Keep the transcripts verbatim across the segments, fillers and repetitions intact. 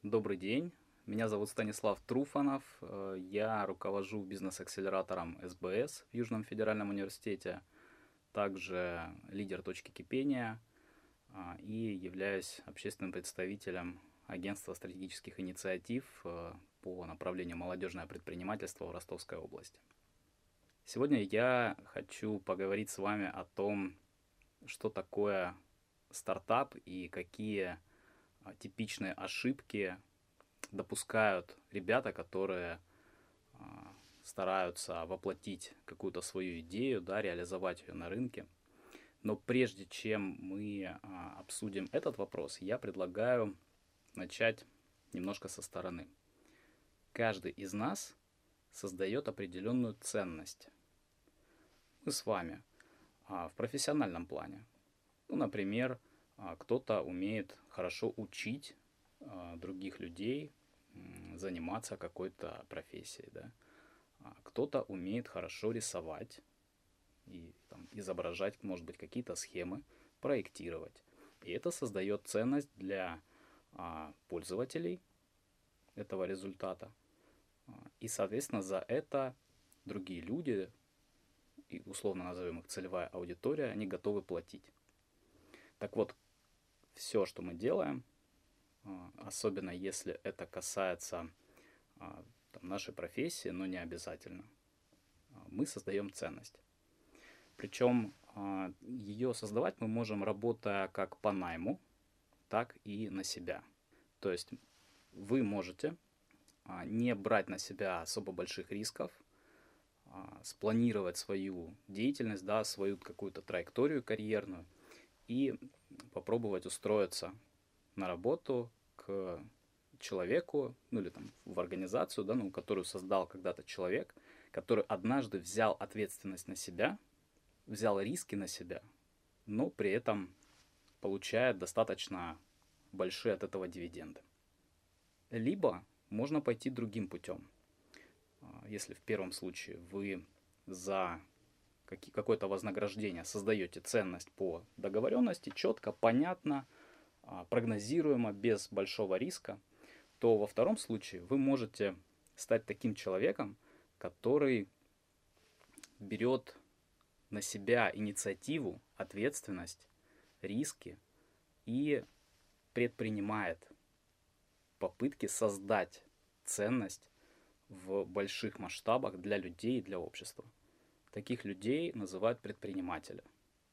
Добрый день, меня зовут Станислав Труфанов, э, я руковожу бизнес-акселератором эс бэ эс в Южном федеральном университете, также лидер точки кипения а, и являюсь общественным представителем агентства стратегических инициатив э, по направлению молодежное предпринимательство в Ростовской области. Сегодня я хочу поговорить с вами о том, что такое стартап и какие а, типичные ошибки допускают ребята, которые а, стараются воплотить какую-то свою идею, да, реализовать ее на рынке. Но прежде чем мы а, обсудим этот вопрос, я предлагаю начать немножко со стороны. Каждый из нас создает определенную ценность. Мы с вами а, в профессиональном плане. Ну, например, а, кто-то умеет хорошо учить а, других людей м, заниматься какой-то профессией, да. А кто-то умеет хорошо рисовать и там, изображать, может быть, какие-то схемы, проектировать. И это создает ценность для а, пользователей этого результата. А, И, соответственно, за это другие люди, и условно назовем их целевая аудитория, они готовы платить. Так вот, все, что мы делаем, а, особенно если это касается а, там, нашей профессии, но не обязательно, а, мы создаем ценность. Причем а, ее создавать мы можем, работая как по найму, так и на себя. То есть вы можете а, не брать на себя особо больших рисков, а, спланировать свою деятельность, да, свою какую-то траекторию карьерную и попробовать устроиться на работу к человеку, ну или там в организацию, да, ну, которую создал когда-то человек, который однажды взял ответственность на себя, взял риски на себя, но при этом получает достаточно большие от этого дивиденды. Либо можно пойти другим путем. Если в первом случае вы за какое-то вознаграждение создаете ценность по договоренности, четко, понятно, прогнозируемо, без большого риска, то во втором случае вы можете стать таким человеком, который берет на себя инициативу, ответственность, риски и предпринимает попытки создать ценность в больших масштабах для людей и для общества. Таких людей называют предприниматели.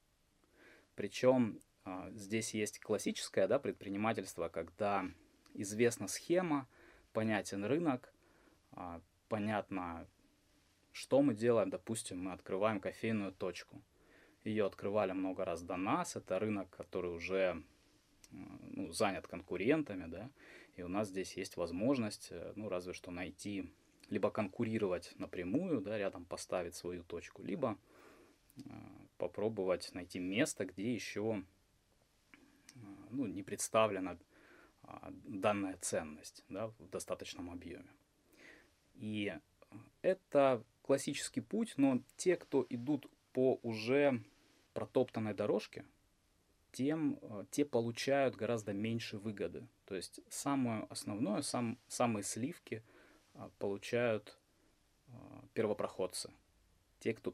Причем а, здесь есть классическое, да, предпринимательство, когда известна схема, понятен рынок, а, понятно, что мы делаем. Допустим, мы открываем кофейную точку. Ее открывали много раз до нас. Это рынок, который уже ну, занят конкурентами, да, и у нас здесь есть возможность, ну, разве что найти, либо конкурировать напрямую, да, рядом поставить свою точку, либо э, попробовать найти место, где еще э, ну, не представлена э, данная ценность, да, в достаточном объеме. И это классический путь, но те, кто идут по уже протоптанной дорожке, тем те получают гораздо меньше выгоды. То есть самое основное, сам, самые сливки получают первопроходцы. Те, кто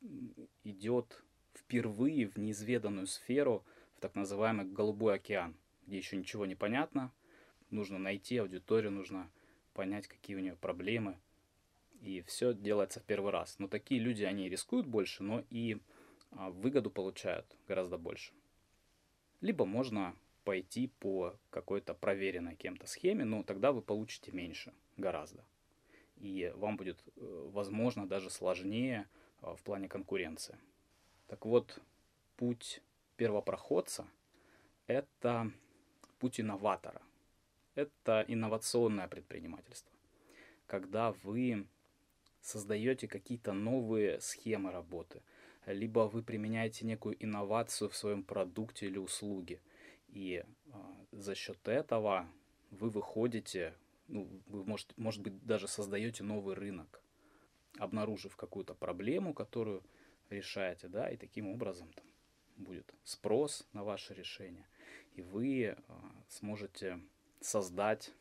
идет впервые в неизведанную сферу, в так называемый голубой океан, где еще ничего не понятно, нужно найти аудиторию, нужно понять, какие у нее проблемы, и все делается в первый раз. Но такие люди, они рискуют больше, но и выгоду получают гораздо больше. Либо можно пойти по какой-то проверенной кем-то схеме, но тогда вы получите меньше, гораздо. И вам будет, возможно, даже сложнее в плане конкуренции. Так вот, путь первопроходца – это путь инноватора. Это инновационное предпринимательство. Когда вы создаете какие-то новые схемы работы, либо вы применяете некую инновацию в своем продукте или услуге. И а, за счет этого вы выходите, ну, вы, может, может быть, даже создаете новый рынок, обнаружив какую-то проблему, которую решаете, да, и таким образом там будет спрос на ваше решение. И вы а, сможете создать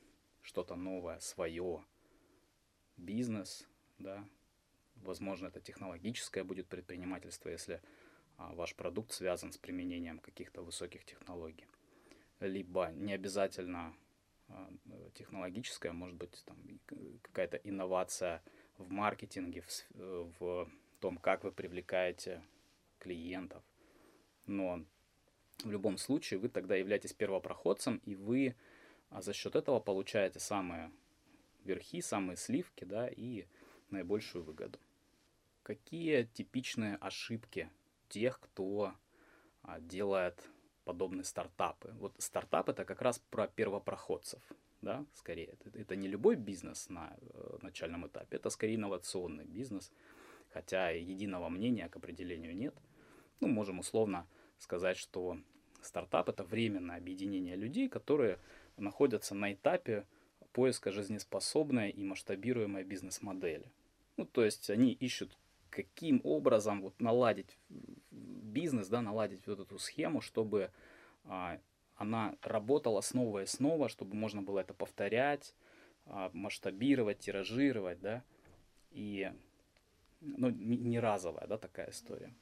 что-то новое, свое, бизнес, да, возможно, это технологическое будет предпринимательство, если а, ваш продукт связан с применением каких-то высоких технологий. Либо не обязательно а, технологическое, может быть, там какая-то инновация в маркетинге, в, в том, как вы привлекаете клиентов. Но в любом случае вы тогда являетесь первопроходцем, и вы а, за счет этого получаете самые верхи, самые сливки, да, и наибольшую выгоду. Какие типичные ошибки тех, кто а, делает подобные стартапы? Вот стартап это как раз про первопроходцев, да, скорее. Это, это не любой бизнес на э, начальном этапе, это скорее инновационный бизнес, хотя единого мнения к определению нет. Ну, можем условно сказать, что стартап это временное объединение людей, которые находятся на этапе поиска жизнеспособной и масштабируемой бизнес-модели. Ну, то есть они ищут, каким образом вот наладить бизнес, да, наладить вот эту схему, чтобы а, она работала снова и снова, чтобы можно было это повторять, а, масштабировать, тиражировать, да, и ну, не, не разовая, да, такая история.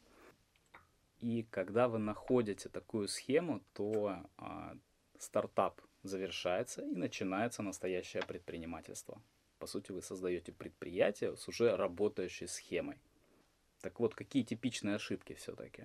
И когда вы находите такую схему, то а, стартап завершается и начинается настоящее предпринимательство. По сути, вы создаете предприятие с уже работающей схемой. Так вот, какие типичные ошибки все-таки?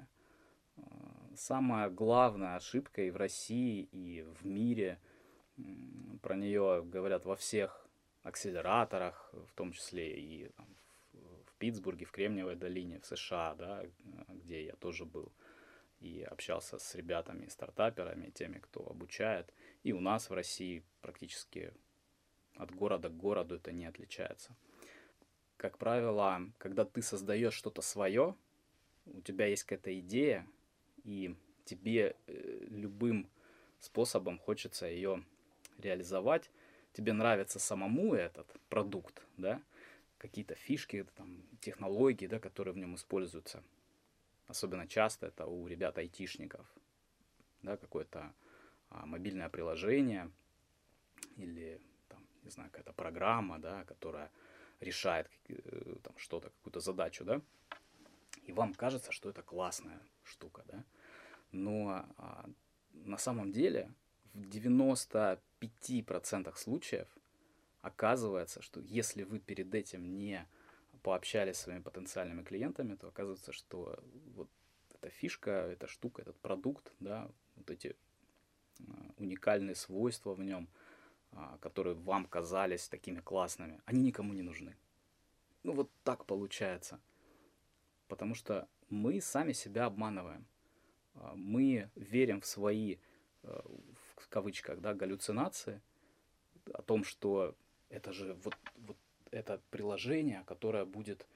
Самая главная ошибка и в России, и в мире, про нее говорят во всех акселераторах, в том числе и там, в, в Питтсбурге, в Кремниевой долине, в США, да, где я тоже был и общался с ребятами, стартаперами, теми, кто обучает. И у нас в России практически от города к городу это не отличается. Как правило, когда ты создаешь что-то свое, у тебя есть какая-то идея, и тебе э, любым способом хочется ее реализовать, тебе нравится самому этот продукт, да, какие-то фишки, там, технологии, да, которые в нем используются. Особенно часто это у ребят айтишников, да, какое-то а, мобильное приложение или, там, не знаю, какая-то программа, да, которая решает э, там, что-то, какую-то задачу, да, и вам кажется, что это классная штука, да, но а, на самом деле в девяноста пяти процентах случаев оказывается, что если вы перед этим не пообщались с своими потенциальными клиентами, то оказывается, что вот эта фишка, эта штука, этот продукт, да, вот эти а, уникальные свойства в нем, а, которые вам казались такими классными, они никому не нужны. Ну вот так получается. Потому что мы сами себя обманываем. Мы верим в свои, в кавычках, да, галлюцинации, о том, что это же вот, вот это приложение, которое будет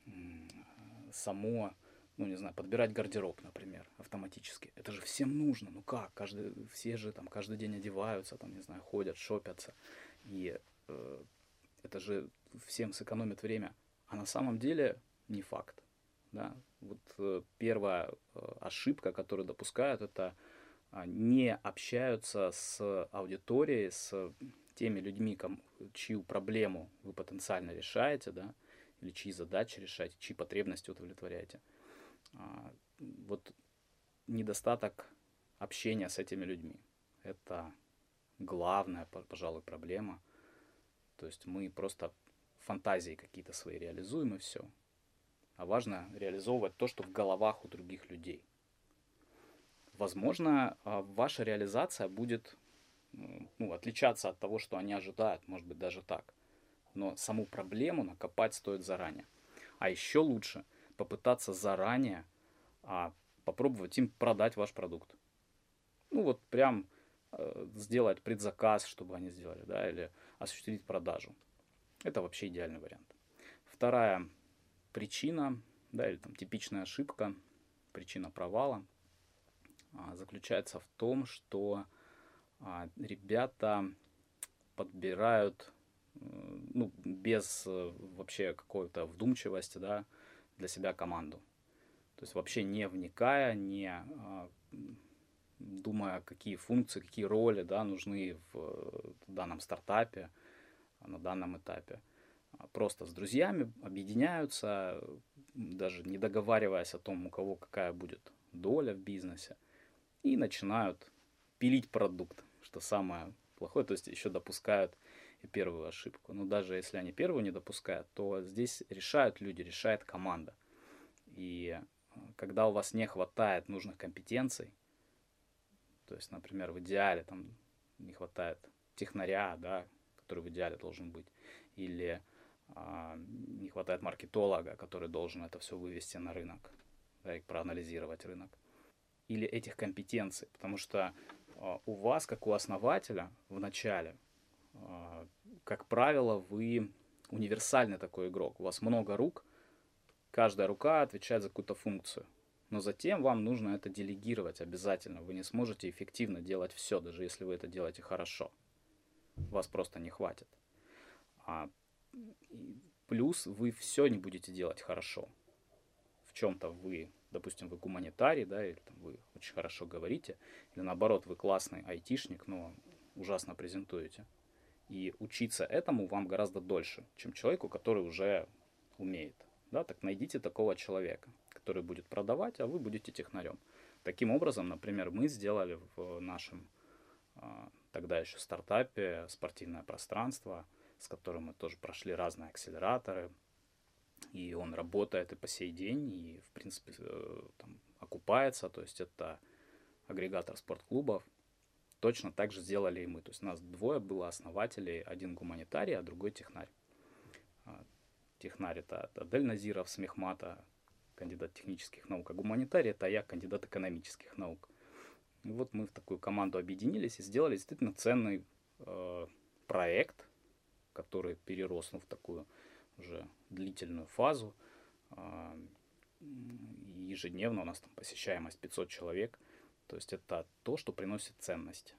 само, ну не знаю, подбирать гардероб, например, автоматически. Это же всем нужно. Ну как? Каждый, все же там каждый день одеваются, там, не знаю, ходят, шопятся. И э, это же всем сэкономит время. А на самом деле не факт. Да? Вот э, первая э, ошибка, которую допускают, это э, не общаются с аудиторией, с теми людьми, ком, чью проблему вы потенциально решаете, да, или чьи задачи решаете, чьи потребности удовлетворяете. А, вот недостаток общения с этими людьми. Это главная, пожалуй, проблема. То есть мы просто фантазии какие-то свои реализуем, и все. А важно реализовывать то, что в головах у других людей. Возможно, ваша реализация будет ну, отличаться от того, что они ожидают, может быть, даже так. Но саму проблему накопать стоит заранее. А еще лучше попытаться заранее а, попробовать им продать ваш продукт. Ну вот прям э, сделать предзаказ, чтобы они сделали, да, или осуществить продажу. Это вообще идеальный вариант. Вторая причина, да, или там типичная ошибка, причина провала а, заключается в том, что а, ребята подбирают ну, без вообще какой-то вдумчивости, да, для себя команду. То есть вообще не вникая, не, думая, какие функции, какие роли, да, нужны в данном стартапе, на данном этапе. Просто с друзьями объединяются, даже не договариваясь о том, у кого какая будет доля в бизнесе, и начинают пилить продукт, что самое плохое, то есть еще допускают и первую ошибку. Но даже если они первую не допускают, то здесь решают люди, решает команда. И когда у вас не хватает нужных компетенций, то есть, например, в идеале там не хватает технаря, да, который в идеале должен быть, или а, не хватает маркетолога, который должен это все вывести на рынок, да, и проанализировать рынок, или этих компетенций, потому что а, у вас, как у основателя, в начале, а, как правило, вы универсальный такой игрок, у вас много рук, каждая рука отвечает за какую-то функцию. Но затем вам нужно это делегировать обязательно. Вы не сможете эффективно делать все, даже если вы это делаете хорошо. Вас просто не хватит. А, плюс вы все не будете делать хорошо. В чем-то вы, допустим, вы гуманитарий, да, или там, вы очень хорошо говорите, или наоборот, вы классный айтишник, но ужасно презентуете. И учиться этому вам гораздо дольше, чем человеку, который уже умеет. Да, так найдите такого человека, который будет продавать, а вы будете технарем. Таким образом, например, мы сделали в нашем а, тогда еще стартапе спортивное пространство, с которым мы тоже прошли разные акселераторы. И он работает и по сей день, и, в принципе, там, окупается. То есть это агрегатор спортклубов. Точно так же сделали и мы. То есть у нас двое было основателей, один гуманитарий, а другой технарь. Технарь это Адель Назиров с Мехмата, кандидат технических наук, а гуманитарий это я, кандидат экономических наук. И вот мы в такую команду объединились и сделали действительно ценный э, проект, который перерос ну, в такую уже длительную фазу. Э, ежедневно у нас там посещаемость пятьсот человек. То есть это то, что приносит ценность.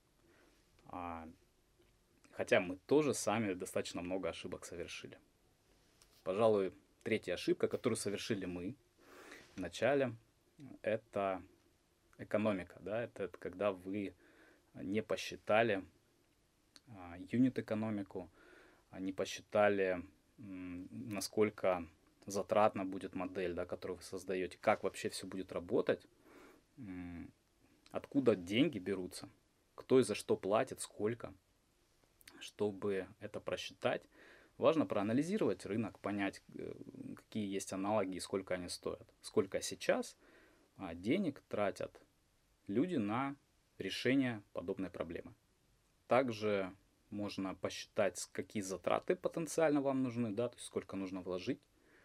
А, хотя мы тоже сами достаточно много ошибок совершили. Пожалуй, третья ошибка, которую совершили мы в начале, это экономика. Да? Это, это когда вы не посчитали а, юнит-экономику, не посчитали, м, насколько затратна будет модель, да, которую вы создаете, как вообще все будет работать, м, откуда деньги берутся, кто и за что платит, сколько. Чтобы это просчитать, важно проанализировать рынок, понять, какие есть аналоги и сколько они стоят. Сколько сейчас денег тратят люди на решение подобной проблемы. Также можно посчитать, какие затраты потенциально вам нужны, да, то есть сколько нужно вложить.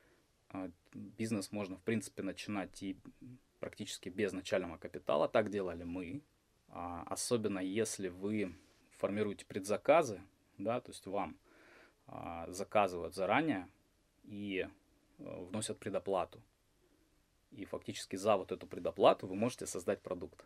Бизнес можно, в принципе, начинать и практически без начального капитала. Так делали мы. Особенно если вы формируете предзаказы, да, то есть вам а, заказывают заранее и а, вносят предоплату. И фактически за вот эту предоплату вы можете создать продукт.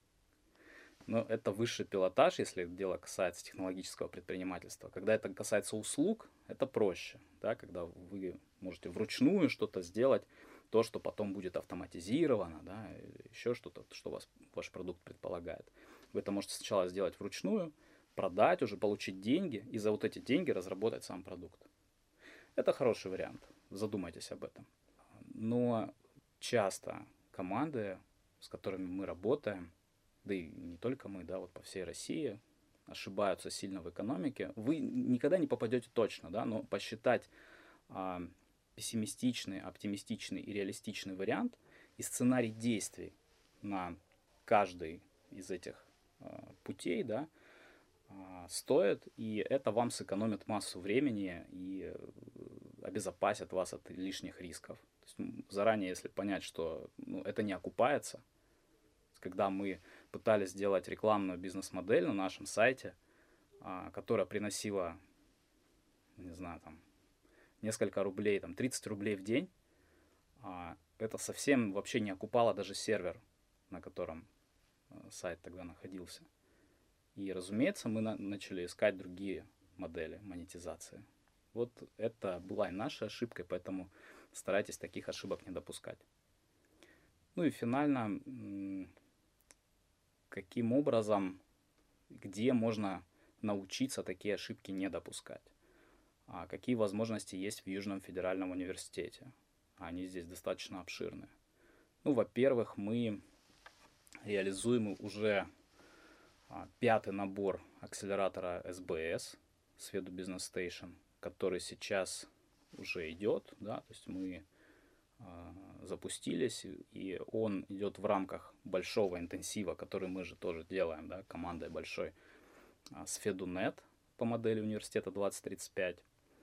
Но это высший пилотаж, если дело касается технологического предпринимательства. Когда это касается услуг, это проще. Да, когда вы можете вручную что-то сделать, то, что потом будет автоматизировано, да, или еще что-то, что вас, ваш продукт предполагает. Вы это можете сначала сделать вручную, продать, уже получить деньги, и за вот эти деньги разработать сам продукт. Это хороший вариант, задумайтесь об этом. Но часто команды, с которыми мы работаем, да и не только мы, да, вот по всей России, ошибаются сильно в экономике. Вы никогда не попадете точно, да, но посчитать а, пессимистичный, оптимистичный и реалистичный вариант и сценарий действий на каждый из этих а, путей, да, а, стоит, и это вам сэкономит массу времени и обезопасит вас от лишних рисков. То есть, заранее, если понять, что ну, это не окупается, когда мы пытались сделать рекламную бизнес-модель на нашем сайте, а, которая приносила, не знаю, там, несколько рублей, там, тридцать рублей в день, а, это совсем вообще не окупало даже сервер, на котором а, сайт тогда находился. И, разумеется, мы на- начали искать другие модели монетизации. Вот это была и наша ошибка, поэтому старайтесь таких ошибок не допускать. Ну и финально, каким образом, где можно научиться такие ошибки не допускать. А какие возможности есть в Южном федеральном университете? Они здесь достаточно обширны. Ну, во-первых, мы реализуем уже а, пятый набор акселератора эс бэ эс, Svedu Business Station, который сейчас уже идет, да, то есть мы а, запустились, и он идет в рамках большого интенсива, который мы же тоже делаем, да, командой большой, а, SveduNet по модели университета двадцать тридцать пять.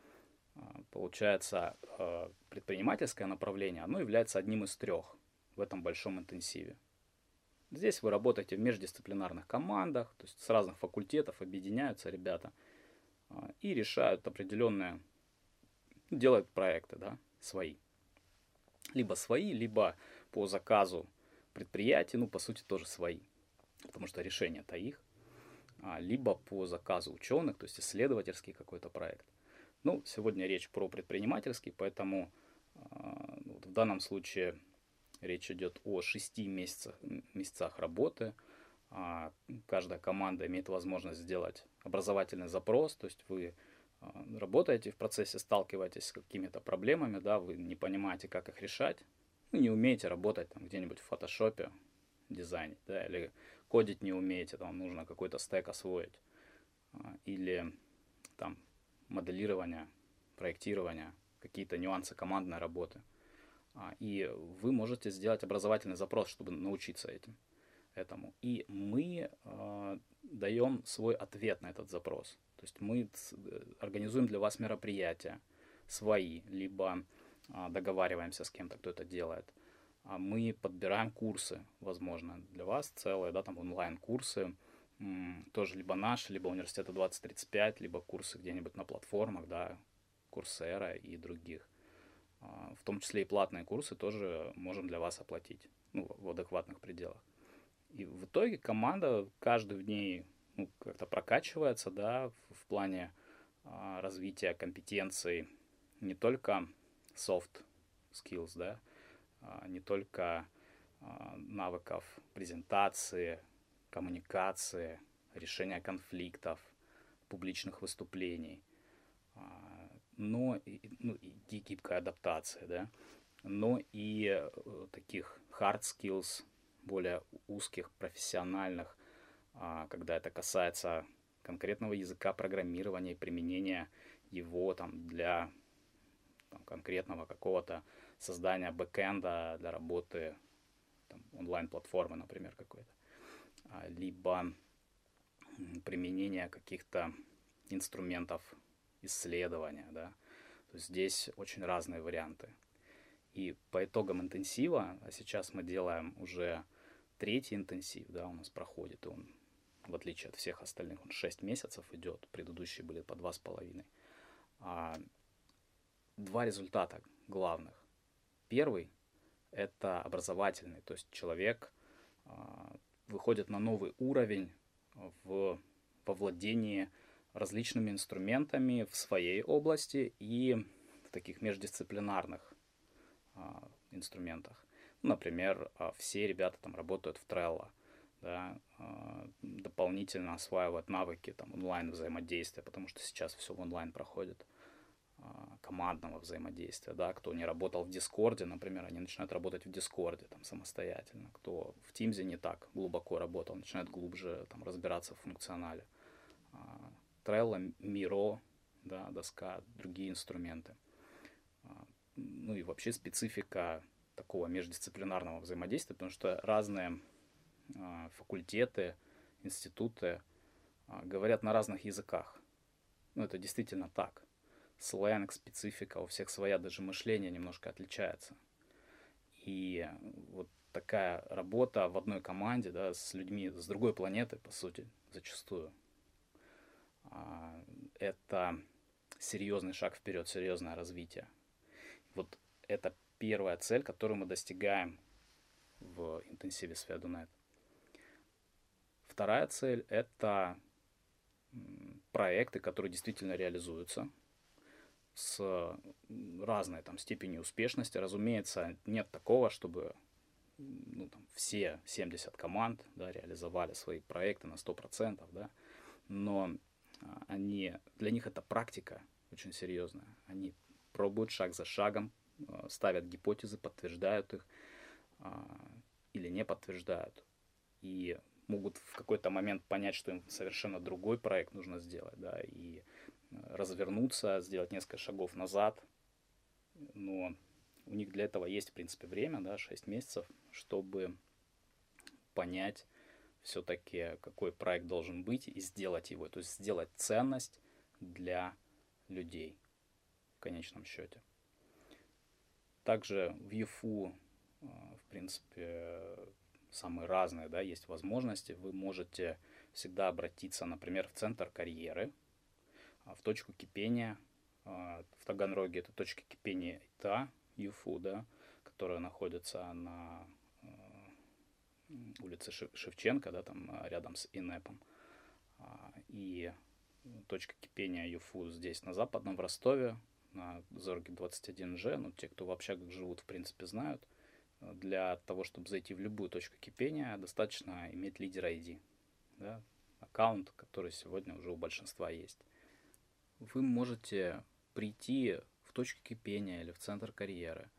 Получается, предпринимательское направление, оно является одним из трех в этом большом интенсиве. Здесь вы работаете в междисциплинарных командах, то есть с разных факультетов объединяются ребята и решают определенные, делают проекты, да, свои. Либо свои, либо по заказу предприятий, ну, по сути, тоже свои, потому что решения-то их, либо по заказу ученых, то есть исследовательский какой-то проект. Ну, сегодня речь про предпринимательский, поэтому э, вот в данном случае речь идет о шести месяцах, месяцах работы. А каждая команда имеет возможность сделать образовательный запрос, то есть вы э, работаете в процессе, сталкиваетесь с какими-то проблемами, да, вы не понимаете, как их решать, ну, не умеете работать там где-нибудь в фотошопе, дизайнить, да, или кодить не умеете, там нужно какой-то стэк освоить, а, или там моделирования, проектирования, какие-то нюансы командной работы. И вы можете сделать образовательный запрос, чтобы научиться этим, этому. И мы э, даем свой ответ на этот запрос. То есть мы организуем для вас мероприятия свои, либо э, договариваемся с кем-то, кто это делает. А мы подбираем курсы, возможно, для вас целые, да, там онлайн-курсы, тоже либо наши, либо университета двадцать тридцать пять, либо курсы где-нибудь на платформах, да, Coursera и других. В том числе и платные курсы тоже можем для вас оплатить, ну, в адекватных пределах. И в итоге команда каждый в ней, ну, как-то прокачивается, да, в, в плане а, развития компетенций, не только soft skills, да, а, не только а, навыков презентации, коммуникации, решения конфликтов, публичных выступлений, но и, ну, и гибкая адаптация, да, но и э, таких hard skills, более узких, профессиональных, а, когда это касается конкретного языка программирования и применения его там для там, конкретного какого-то создания бэкэнда для работы там, онлайн-платформы, например, какой-то, либо применение каких-то инструментов исследования, да. То есть здесь очень разные варианты. И по итогам интенсива, а сейчас мы делаем уже третий интенсив, да, у нас проходит, он, в отличие от всех остальных, он шесть месяцев идет, предыдущие были по два с половиной. А, два результата главных. Первый – это образовательный, то есть человек а, выходит на новый уровень в, во владении различными инструментами в своей области и в таких междисциплинарных а, инструментах. Например, а, все ребята там работают в Trello, да, а, дополнительно осваивают навыки там, онлайн взаимодействия, потому что сейчас все в онлайн проходит, а, командного взаимодействия, да, кто не работал в Дискорде, например, они начинают работать в Дискорде там самостоятельно, кто в Teams не так глубоко работал, начинает глубже там разбираться в функционале. Trello, Miro, да, доска, другие инструменты. Ну и вообще специфика такого междисциплинарного взаимодействия, потому что разные а, факультеты, институты а, говорят на разных языках. Ну, это действительно так. Сленг, специфика, у всех своя, даже мышление немножко отличается. И вот такая работа в одной команде, да, с людьми с другой планеты, по сути, зачастую, это серьезный шаг вперед, серьезное развитие. Вот это первая цель, которую мы достигаем в интенсиве SveduNet. Вторая цель – это проекты, которые действительно реализуются с разной там степенью успешности. Разумеется, нет такого, чтобы ну, там, все семьдесят команд, да, реализовали свои проекты на сто процентов, да, но а, они, для них это практика очень серьезная. Они пробуют шаг за шагом, а, ставят гипотезы, подтверждают их а, или не подтверждают. И могут в какой-то момент понять, что им совершенно другой проект нужно сделать, да, и развернуться, сделать несколько шагов назад. Но у них для этого есть, в принципе, время, да, шесть месяцев, чтобы понять все-таки, какой проект должен быть, и сделать его. То есть сделать ценность для людей в конечном счете. Также в ЮФУ, в принципе, самые разные, да, есть возможности. Вы можете всегда обратиться, например, в центр карьеры, в точку кипения. В Таганроге это точка кипения ИТА, ЮФУ, да, которая находится на улице Шевченко, да, там рядом с ИНЭПом. И точка кипения ЮФУ здесь на Западном, в Ростове, на Зорге двадцать один Ж. Ну, те, кто в общагах живут, в принципе, знают. Для того, чтобы зайти в любую точку кипения, достаточно иметь лидер ай ди, да, аккаунт, который сегодня уже у большинства есть. Вы можете прийти в точку кипения или в центр карьеры,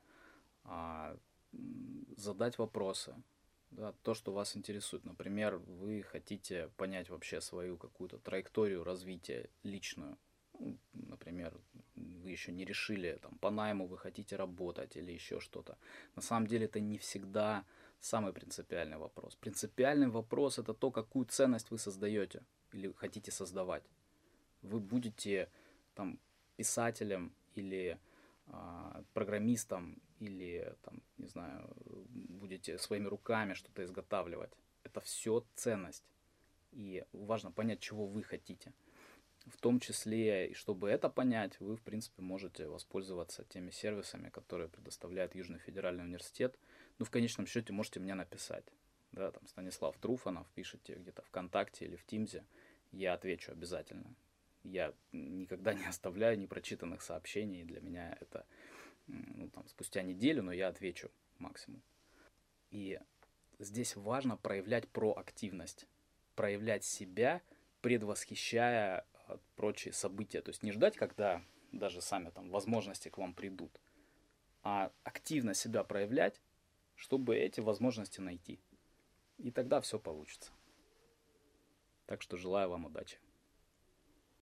задать вопросы, да, то, что вас интересует. Например, вы хотите понять вообще свою какую-то траекторию развития личную. Ну, например, вы еще не решили, там, по найму вы хотите работать или еще что-то. На самом деле это не всегда самый принципиальный вопрос. Принципиальный вопрос – это то, какую ценность вы создаете или хотите создавать. Вы будете там писателем или а, программистом или там, не знаю, будете своими руками что-то изготавливать. Это все ценность. И важно понять, чего вы хотите. В том числе, и чтобы это понять, вы, в принципе, можете воспользоваться теми сервисами, которые предоставляет Южный федеральный университет. Ну, в конечном счете, можете мне написать. Да, там Станислав Труфанов, пишите где-то ВКонтакте или в Тимзе. Я отвечу обязательно. Я никогда не оставляю непрочитанных сообщений. Для меня это, ну, там, спустя неделю, но я отвечу максимум. И здесь важно проявлять проактивность. Проявлять себя, предвосхищая прочие события. То есть не ждать, когда даже сами там возможности к вам придут, а активно себя проявлять, чтобы эти возможности найти. И тогда все получится. Так что желаю вам удачи.